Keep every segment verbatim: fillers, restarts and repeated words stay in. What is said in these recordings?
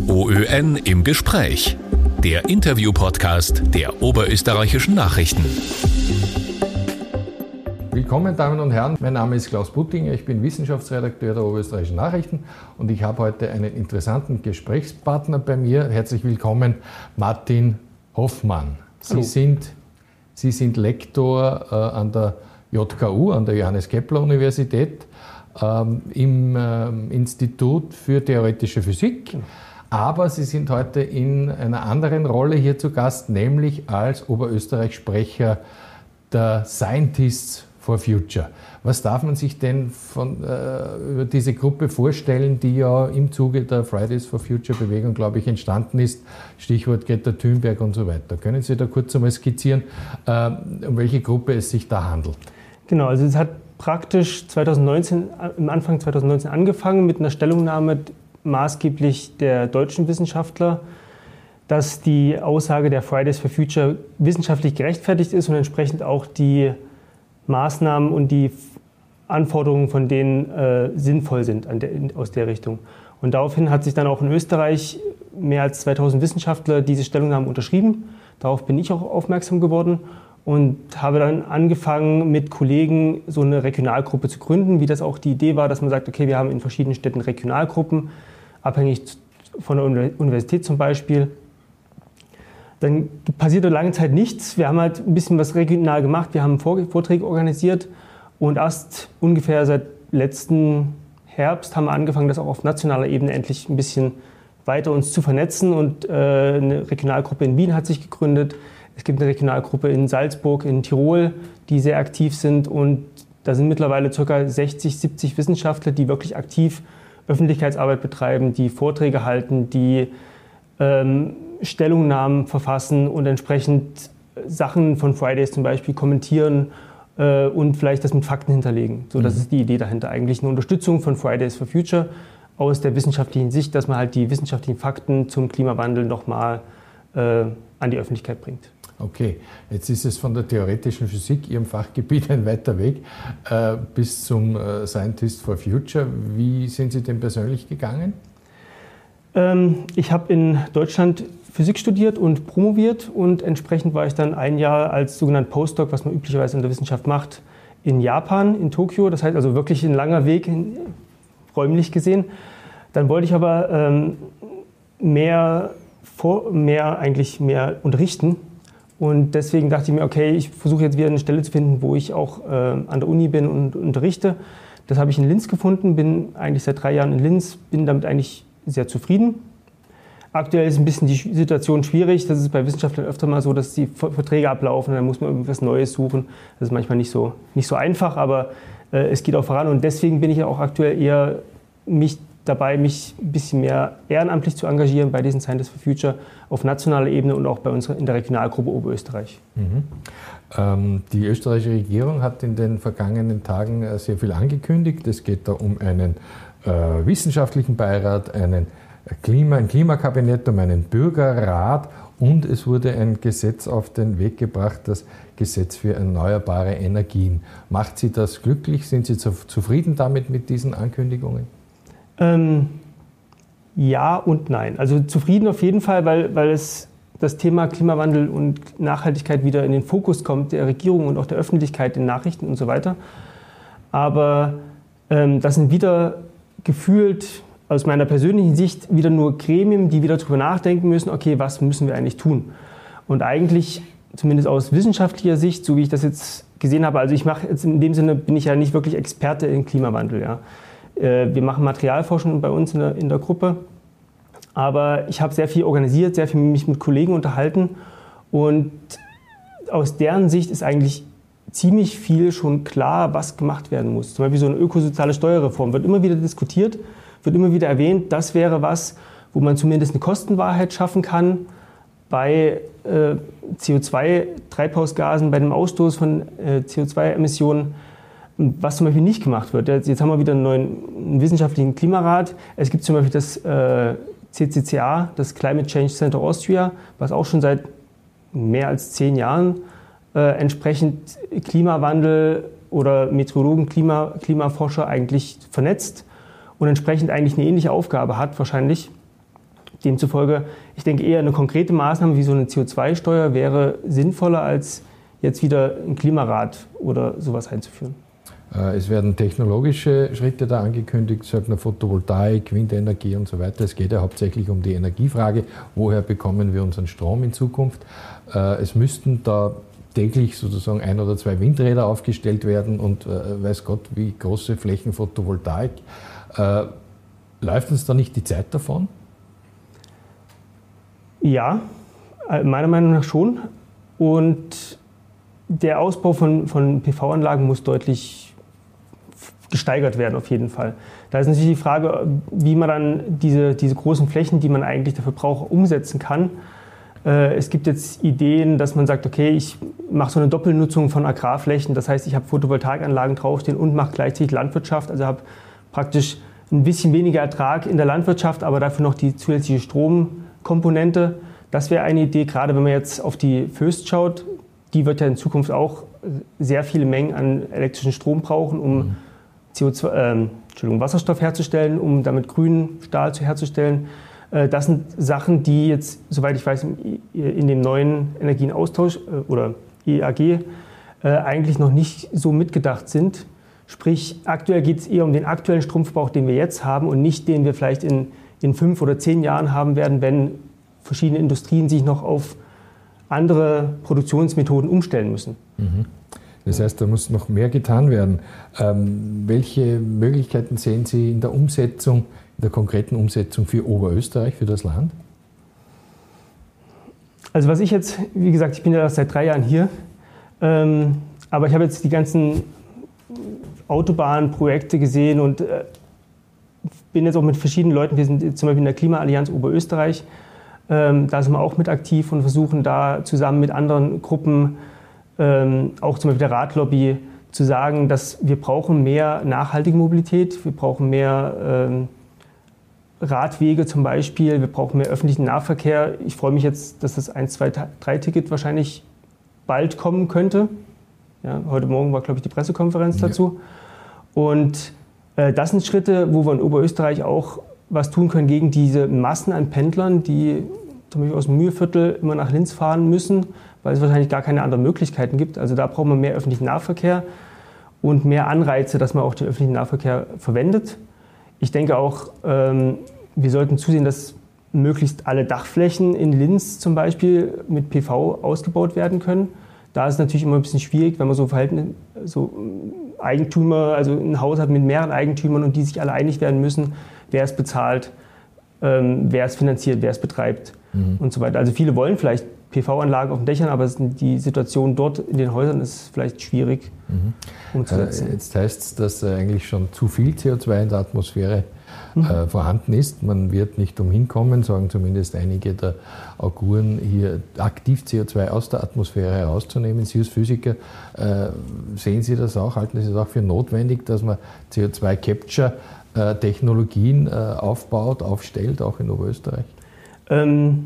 OÖN im Gespräch. Der Interview-Podcast der Oberösterreichischen Nachrichten. Willkommen, Damen und Herren. Mein Name ist Klaus Buttinger. Ich bin Wissenschaftsredakteur der Oberösterreichischen Nachrichten und ich habe heute einen interessanten Gesprächspartner bei mir. Herzlich willkommen, Martin Hoffmann. Sie Hallo. sind, Sie sind Lektor äh, an der J K U, an der Johannes Kepler Universität, ähm, im äh, Institut für theoretische Physik. Aber Sie sind heute in einer anderen Rolle hier zu Gast, nämlich als Oberösterreich-Sprecher der Scientists for Future. Was darf man sich denn von, äh, über diese Gruppe vorstellen, die ja im Zuge der Fridays for Future Bewegung, glaube ich, entstanden ist? Stichwort Greta Thunberg und so weiter. Können Sie da kurz einmal skizzieren, äh, um welche Gruppe es sich da handelt? Genau, also es hat praktisch zweitausendneunzehn, im Anfang zweitausendneunzehn angefangen mit einer Stellungnahme maßgeblich der deutschen Wissenschaftler, dass die Aussage der Fridays for Future wissenschaftlich gerechtfertigt ist und entsprechend auch die Maßnahmen und die Anforderungen von denen äh, sinnvoll sind an der, in, aus der Richtung. Und daraufhin hat sich dann auch in Österreich mehr als zweitausend Wissenschaftler diese Stellungnahmen unterschrieben. Darauf bin ich auch aufmerksam geworden und habe dann angefangen, mit Kollegen so eine Regionalgruppe zu gründen, wie das auch die Idee war, dass man sagt, okay, wir haben in verschiedenen Städten Regionalgruppen, abhängig von der Universität zum Beispiel. Dann passierte lange Zeit nichts. Wir haben halt ein bisschen was regional gemacht. Wir haben Vorträge organisiert und erst ungefähr seit letzten Herbst haben wir angefangen, das auch auf nationaler Ebene endlich ein bisschen weiter uns zu vernetzen. Und äh, eine Regionalgruppe in Wien hat sich gegründet. Es gibt eine Regionalgruppe in Salzburg, in Tirol, die sehr aktiv sind. Und da sind mittlerweile ca. sechzig, siebzig Wissenschaftler, die wirklich aktiv Öffentlichkeitsarbeit betreiben, die Vorträge halten, die ähm, Stellungnahmen verfassen und entsprechend Sachen von Fridays zum Beispiel kommentieren äh, und vielleicht das mit Fakten hinterlegen. So, das mhm. ist die Idee dahinter. Eigentlich eine Unterstützung von Fridays for Future aus der wissenschaftlichen Sicht, dass man halt die wissenschaftlichen Fakten zum Klimawandel nochmal äh, an die Öffentlichkeit bringt. Okay, jetzt ist es von der theoretischen Physik, Ihrem Fachgebiet, ein weiter Weg äh, bis zum äh, Scientist for Future. Wie sind Sie denn persönlich gegangen? Ähm, ich habe in Deutschland Physik studiert und promoviert und entsprechend war ich dann ein Jahr als sogenannter Postdoc, was man üblicherweise in der Wissenschaft macht, in Japan, in Tokio. Das heißt also wirklich ein langer Weg, in, räumlich gesehen. Dann wollte ich aber ähm, mehr, vor, mehr, eigentlich mehr unterrichten. Und deswegen dachte ich mir, okay, ich versuche jetzt wieder eine Stelle zu finden, wo ich auch äh, an der Uni bin und unterrichte. Das habe ich in Linz gefunden, bin eigentlich seit drei Jahren in Linz, bin damit eigentlich sehr zufrieden. Aktuell ist ein bisschen die Situation schwierig. Das ist bei Wissenschaftlern öfter mal so, dass die Verträge ablaufen und dann muss man irgendwas Neues suchen. Das ist manchmal nicht so, nicht so einfach, aber äh, es geht auch voran. Und deswegen bin ich ja auch aktuell eher mich dabei, mich ein bisschen mehr ehrenamtlich zu engagieren bei diesen Scientists for Future auf nationaler Ebene und auch bei uns in der Regionalgruppe Oberösterreich. Mhm. Ähm, die österreichische Regierung hat in den vergangenen Tagen äh, sehr viel angekündigt. Es geht da um einen äh, wissenschaftlichen Beirat, einen Klima, ein Klimakabinett, um einen Bürgerrat und es wurde ein Gesetz auf den Weg gebracht, das Gesetz für erneuerbare Energien. Macht Sie das glücklich? Sind Sie zufrieden damit mit diesen Ankündigungen? Ähm, ja und nein. Also zufrieden auf jeden Fall, weil, weil es das Thema Klimawandel und Nachhaltigkeit wieder in den Fokus kommt, der Regierung und auch der Öffentlichkeit, in Nachrichten und so weiter. Aber ähm, das sind wieder gefühlt aus meiner persönlichen Sicht wieder nur Gremien, die wieder darüber nachdenken müssen, okay, was müssen wir eigentlich tun? Und eigentlich, zumindest aus wissenschaftlicher Sicht, so wie ich das jetzt gesehen habe, also ich mache jetzt in dem Sinne, bin ich ja nicht wirklich Experte im Klimawandel. Ja. Wir machen Materialforschung bei uns in der, in der Gruppe, aber ich habe sehr viel organisiert, sehr viel mich mit Kollegen unterhalten und aus deren Sicht ist eigentlich ziemlich viel schon klar, was gemacht werden muss. Zum Beispiel so eine ökosoziale Steuerreform wird immer wieder diskutiert, wird immer wieder erwähnt, das wäre was, wo man zumindest eine Kostenwahrheit schaffen kann bei äh, C O zwei Treibhausgasen, bei dem Ausstoß von äh, C O zwei Emissionen, was zum Beispiel nicht gemacht wird. Jetzt haben wir wieder einen neuen einen wissenschaftlichen Klimarat. Es gibt zum Beispiel das äh, C C C A, das Climate Change Center Austria, was auch schon seit mehr als zehn Jahren äh, entsprechend Klimawandel oder Meteorologen, Klima, Klimaforscher eigentlich vernetzt und entsprechend eigentlich eine ähnliche Aufgabe hat wahrscheinlich. Demzufolge, ich denke eher eine konkrete Maßnahme wie so eine C O zwei Steuer wäre sinnvoller, als jetzt wieder ein Klimarat oder sowas einzuführen. Es werden technologische Schritte da angekündigt, sagt man Photovoltaik, Windenergie und so weiter. Es geht ja hauptsächlich um die Energiefrage, woher bekommen wir unseren Strom in Zukunft. Es müssten da täglich sozusagen ein oder zwei Windräder aufgestellt werden und weiß Gott, wie große Flächen Photovoltaik. Läuft uns da nicht die Zeit davon? Ja, meiner Meinung nach schon. Und der Ausbau von, von P V-Anlagen muss deutlich gesteigert werden, auf jeden Fall. Da ist natürlich die Frage, wie man dann diese, diese großen Flächen, die man eigentlich dafür braucht, umsetzen kann. Äh, es gibt jetzt Ideen, dass man sagt, okay, ich mache so eine Doppelnutzung von Agrarflächen. Das heißt, ich habe Photovoltaikanlagen draufstehen und mache gleichzeitig Landwirtschaft. Also habe praktisch ein bisschen weniger Ertrag in der Landwirtschaft, aber dafür noch die zusätzliche Stromkomponente. Das wäre eine Idee, gerade wenn man jetzt auf die Föst schaut. Die wird ja in Zukunft auch sehr viele Mengen an elektrischen Strom brauchen, um mhm. C O zwei, äh, Entschuldigung, Wasserstoff herzustellen, um damit grünen Stahl zu herzustellen. Äh, das sind Sachen, die jetzt, soweit ich weiß, in dem neuen Energienaustausch äh, oder E A G äh, eigentlich noch nicht so mitgedacht sind. Sprich, aktuell geht es eher um den aktuellen Stromverbrauch, den wir jetzt haben und nicht den wir vielleicht in, in fünf oder zehn Jahren haben werden, wenn verschiedene Industrien sich noch auf andere Produktionsmethoden umstellen müssen. Mhm. Das heißt, da muss noch mehr getan werden. Ähm, welche Möglichkeiten sehen Sie in der Umsetzung, in der konkreten Umsetzung für Oberösterreich, für das Land? Also was ich jetzt, wie gesagt, ich bin ja erst seit drei Jahren hier, ähm, aber ich habe jetzt die ganzen Autobahnprojekte gesehen und äh, bin jetzt auch mit verschiedenen Leuten, wir sind zum Beispiel in der Klimaallianz Oberösterreich, ähm, da sind wir auch mit aktiv und versuchen da zusammen mit anderen Gruppen, Ähm, auch zum Beispiel der Radlobby, zu sagen, dass wir brauchen mehr nachhaltige Mobilität, wir brauchen mehr ähm, Radwege zum Beispiel, wir brauchen mehr öffentlichen Nahverkehr. Ich freue mich jetzt, dass das eins, zwei, drei Ticket wahrscheinlich bald kommen könnte. Ja, heute Morgen war, glaube ich, die Pressekonferenz ja. dazu. Und äh, das sind Schritte, wo wir in Oberösterreich auch was tun können gegen diese Massen an Pendlern, die zum Beispiel aus dem Mühlviertel immer nach Linz fahren müssen, weil es wahrscheinlich gar keine anderen Möglichkeiten gibt. Also da braucht man mehr öffentlichen Nahverkehr und mehr Anreize, dass man auch den öffentlichen Nahverkehr verwendet. Ich denke auch, ähm, wir sollten zusehen, dass möglichst alle Dachflächen in Linz zum Beispiel mit P V ausgebaut werden können. Da ist es natürlich immer ein bisschen schwierig, wenn man so Verhältnisse, so Eigentümer, also ein Haus hat mit mehreren Eigentümern und die sich alle einig werden müssen, wer es bezahlt, ähm, wer es finanziert, wer es betreibt mhm. und so weiter. Also viele wollen vielleicht P V-Anlagen auf den Dächern, aber die Situation dort in den Häusern ist vielleicht schwierig mhm. umzusetzen. Äh, jetzt heißt es, dass eigentlich schon zu viel C O zwei in der Atmosphäre mhm. äh, vorhanden ist. Man wird nicht umhin kommen, sagen zumindest einige der Auguren, hier aktiv C O zwei aus der Atmosphäre herauszunehmen. Sie als Physiker, äh, sehen Sie das auch, halten Sie es auch für notwendig, dass man C O zwei Capture Technologien äh, aufbaut, aufstellt, auch in Oberösterreich? Ähm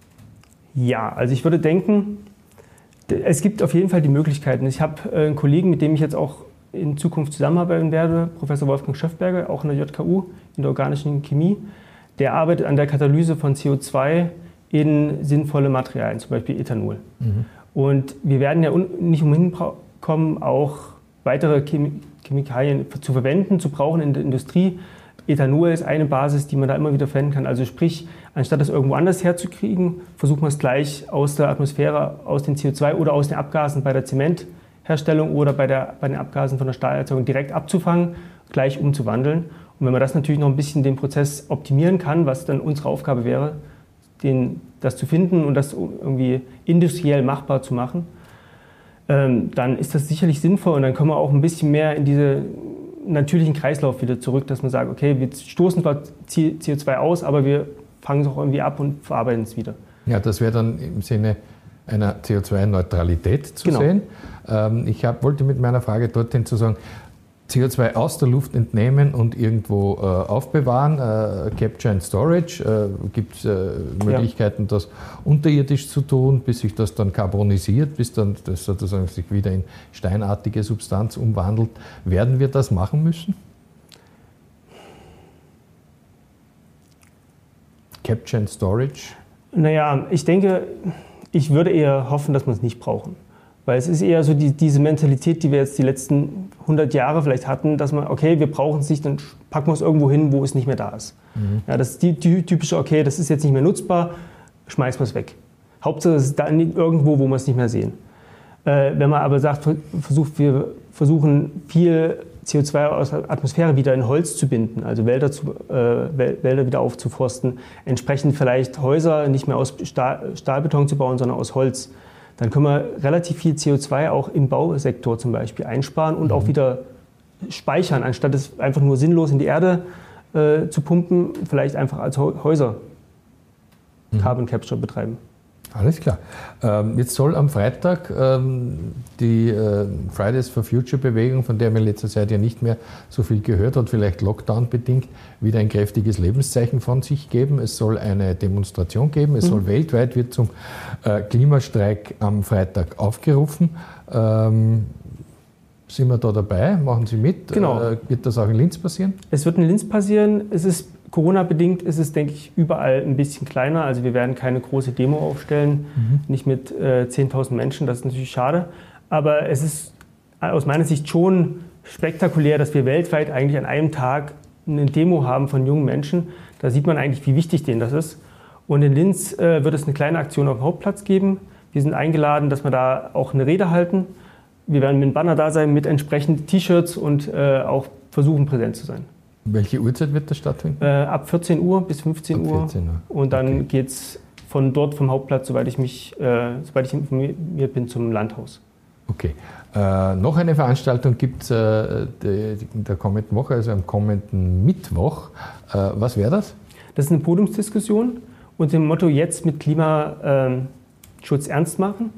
Ja, also ich würde denken, es gibt auf jeden Fall die Möglichkeiten. Ich habe einen Kollegen, mit dem ich jetzt auch in Zukunft zusammenarbeiten werde, Professor Wolfgang Schöffberger, auch in der J K U, in der organischen Chemie. Der arbeitet an der Katalyse von C O zwei in sinnvolle Materialien, zum Beispiel Ethanol. Mhm. Und wir werden ja nicht umhin kommen, auch weitere Chemikalien zu verwenden, zu brauchen in der Industrie. Ethanol ist eine Basis, die man da immer wieder verwenden kann. Also sprich, anstatt das irgendwo anders herzukriegen, versucht man es gleich aus der Atmosphäre, aus den C O zwei oder aus den Abgasen bei der Zementherstellung oder bei, der, bei den Abgasen von der Stahlerzeugung direkt abzufangen, gleich umzuwandeln. Und wenn man das natürlich noch ein bisschen den Prozess optimieren kann, was dann unsere Aufgabe wäre, den, das zu finden und das irgendwie industriell machbar zu machen, ähm, dann ist das sicherlich sinnvoll und dann können wir auch ein bisschen mehr in diese natürlichen Kreislauf wieder zurück, dass man sagt, okay, wir stoßen zwar C O zwei aus, aber wir fangen es auch irgendwie ab und verarbeiten es wieder. Ja, das wäre dann im Sinne einer C O zwei Neutralität zu genau. sehen. Ähm, ich hab, wollte mit meiner Frage dorthin zu sagen, C O zwei aus der Luft entnehmen und irgendwo äh, aufbewahren, äh, Capture and Storage, äh, gibt es äh, Möglichkeiten, ja. das unterirdisch zu tun, bis sich das dann karbonisiert, bis dann das sozusagen sich wieder in steinartige Substanz umwandelt. Werden wir das machen müssen? Capture and Storage? Naja, ich denke, ich würde eher hoffen, dass wir es nicht brauchen. Weil es ist eher so die, diese Mentalität, die wir jetzt die letzten hundert Jahre vielleicht hatten, dass man, okay, wir brauchen es nicht, dann packen wir es irgendwo hin, wo es nicht mehr da ist. Mhm. Ja, das ist die, die typische, okay, das ist jetzt nicht mehr nutzbar, schmeißen wir es weg. Hauptsache, es ist da irgendwo, wo wir es nicht mehr sehen. Äh, wenn man aber sagt, versucht, wir versuchen viel C O zwei aus der Atmosphäre wieder in Holz zu binden, also Wälder, zu, äh, Wälder wieder aufzuforsten, entsprechend vielleicht Häuser nicht mehr aus Stahl, Stahlbeton zu bauen, sondern aus Holz, dann können wir relativ viel C O zwei auch im Bausektor zum Beispiel einsparen und mhm. auch wieder speichern, anstatt es einfach nur sinnlos in die Erde äh, zu pumpen, vielleicht einfach als Häuser mhm. Carbon Capture betreiben. Alles klar. Ähm, jetzt soll am Freitag ähm, die äh, Fridays for Future Bewegung, von der man in letzter Zeit ja nicht mehr so viel gehört hat, vielleicht Lockdown bedingt, wieder ein kräftiges Lebenszeichen von sich geben. Es soll eine Demonstration geben. Es mhm. soll weltweit wird zum äh, Klimastreik am Freitag aufgerufen. Ähm, sind wir da dabei? Machen Sie mit? Genau. Äh, wird das auch in Linz passieren? Es wird in Linz passieren. Es ist Corona-bedingt ist es, denke ich, überall ein bisschen kleiner. Also wir werden keine große Demo aufstellen, mhm. nicht mit äh, zehntausend Menschen, das ist natürlich schade. Aber es ist aus meiner Sicht schon spektakulär, dass wir weltweit eigentlich an einem Tag eine Demo haben von jungen Menschen. Da sieht man eigentlich, wie wichtig denen das ist. Und in Linz äh, wird es eine kleine Aktion auf dem Hauptplatz geben. Wir sind eingeladen, dass wir da auch eine Rede halten. Wir werden mit einem Banner da sein, mit entsprechenden T-Shirts und äh, auch versuchen, präsent zu sein. Welche Uhrzeit wird das stattfinden? Äh, ab vierzehn Uhr bis fünfzehn Uhr. vierzehn Uhr. Und dann okay. geht es von dort, vom Hauptplatz, soweit ich mich, äh, soweit ich informiert bin, zum Landhaus. Okay. Äh, noch eine Veranstaltung gibt es äh, in der kommenden Woche, also am kommenden Mittwoch. Äh, was wäre das? Das ist eine Podiumsdiskussion und dem Motto jetzt mit Klimaschutz ernst machen.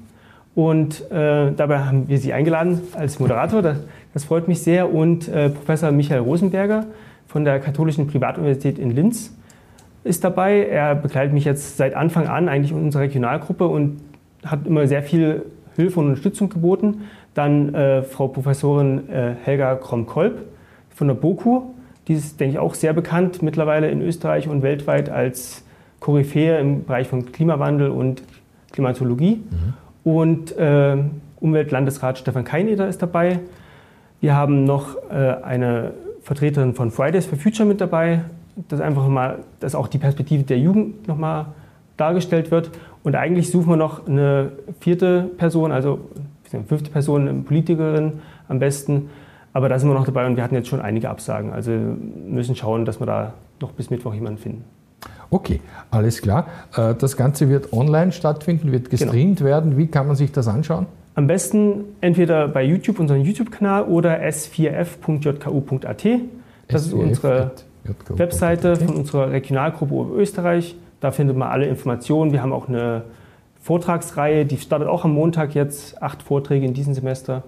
Und äh, dabei haben wir Sie eingeladen als Moderator. Das, das freut mich sehr. Und äh, Professor Michael Rosenberger von der Katholischen Privatuniversität in Linz ist dabei. Er begleitet mich jetzt seit Anfang an eigentlich in unserer Regionalgruppe und hat immer sehr viel Hilfe und Unterstützung geboten. Dann äh, Frau Professorin äh, Helga Krom-Kolb von der BOKU. Die ist, denke ich, auch sehr bekannt mittlerweile in Österreich und weltweit als Koryphäe im Bereich von Klimawandel und Klimatologie. Mhm. Und äh, Umweltlandesrat Stefan Keineder ist dabei. Wir haben noch äh, eine Vertreterin von Fridays for Future mit dabei, dass einfach mal, dass auch die Perspektive der Jugend nochmal dargestellt wird. Und eigentlich suchen wir noch eine vierte Person, also eine fünfte Person, eine Politikerin am besten. Aber da sind wir noch dabei und wir hatten jetzt schon einige Absagen. Also wir müssen schauen, dass wir da noch bis Mittwoch jemanden finden. Okay, alles klar. Das Ganze wird online stattfinden, wird gestreamt genau. werden. Wie kann man sich das anschauen? Am besten entweder bei YouTube, unserem YouTube-Kanal, oder s vier f punkt j k u punkt a t. Das ist unsere Webseite von unserer Regionalgruppe Oberösterreich. Da findet man alle Informationen. Wir haben auch eine Vortragsreihe, die startet auch am Montag jetzt. Acht Vorträge in diesem Semester.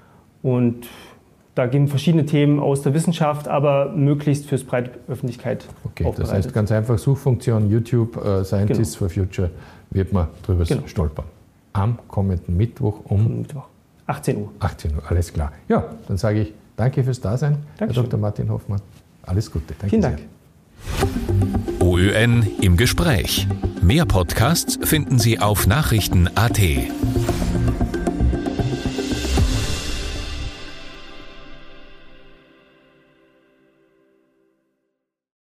Und da gehen verschiedene Themen aus der Wissenschaft, aber möglichst fürs breite Öffentlichkeit okay, aufbereitet. Das heißt ganz einfach Suchfunktion YouTube, uh, Scientists genau. for Future, wird man drüber genau. stolpern. Am kommenden Mittwoch um Mittwoch. achtzehn Uhr. achtzehn Uhr, alles klar. Ja, dann sage ich danke fürs Dasein, Dankeschön. Herr Doktor Martin Hoffmann. Alles Gute. Danke Vielen Dank. Sehr. O Ö N im Gespräch. Mehr Podcasts finden Sie auf Nachrichten punkt a t.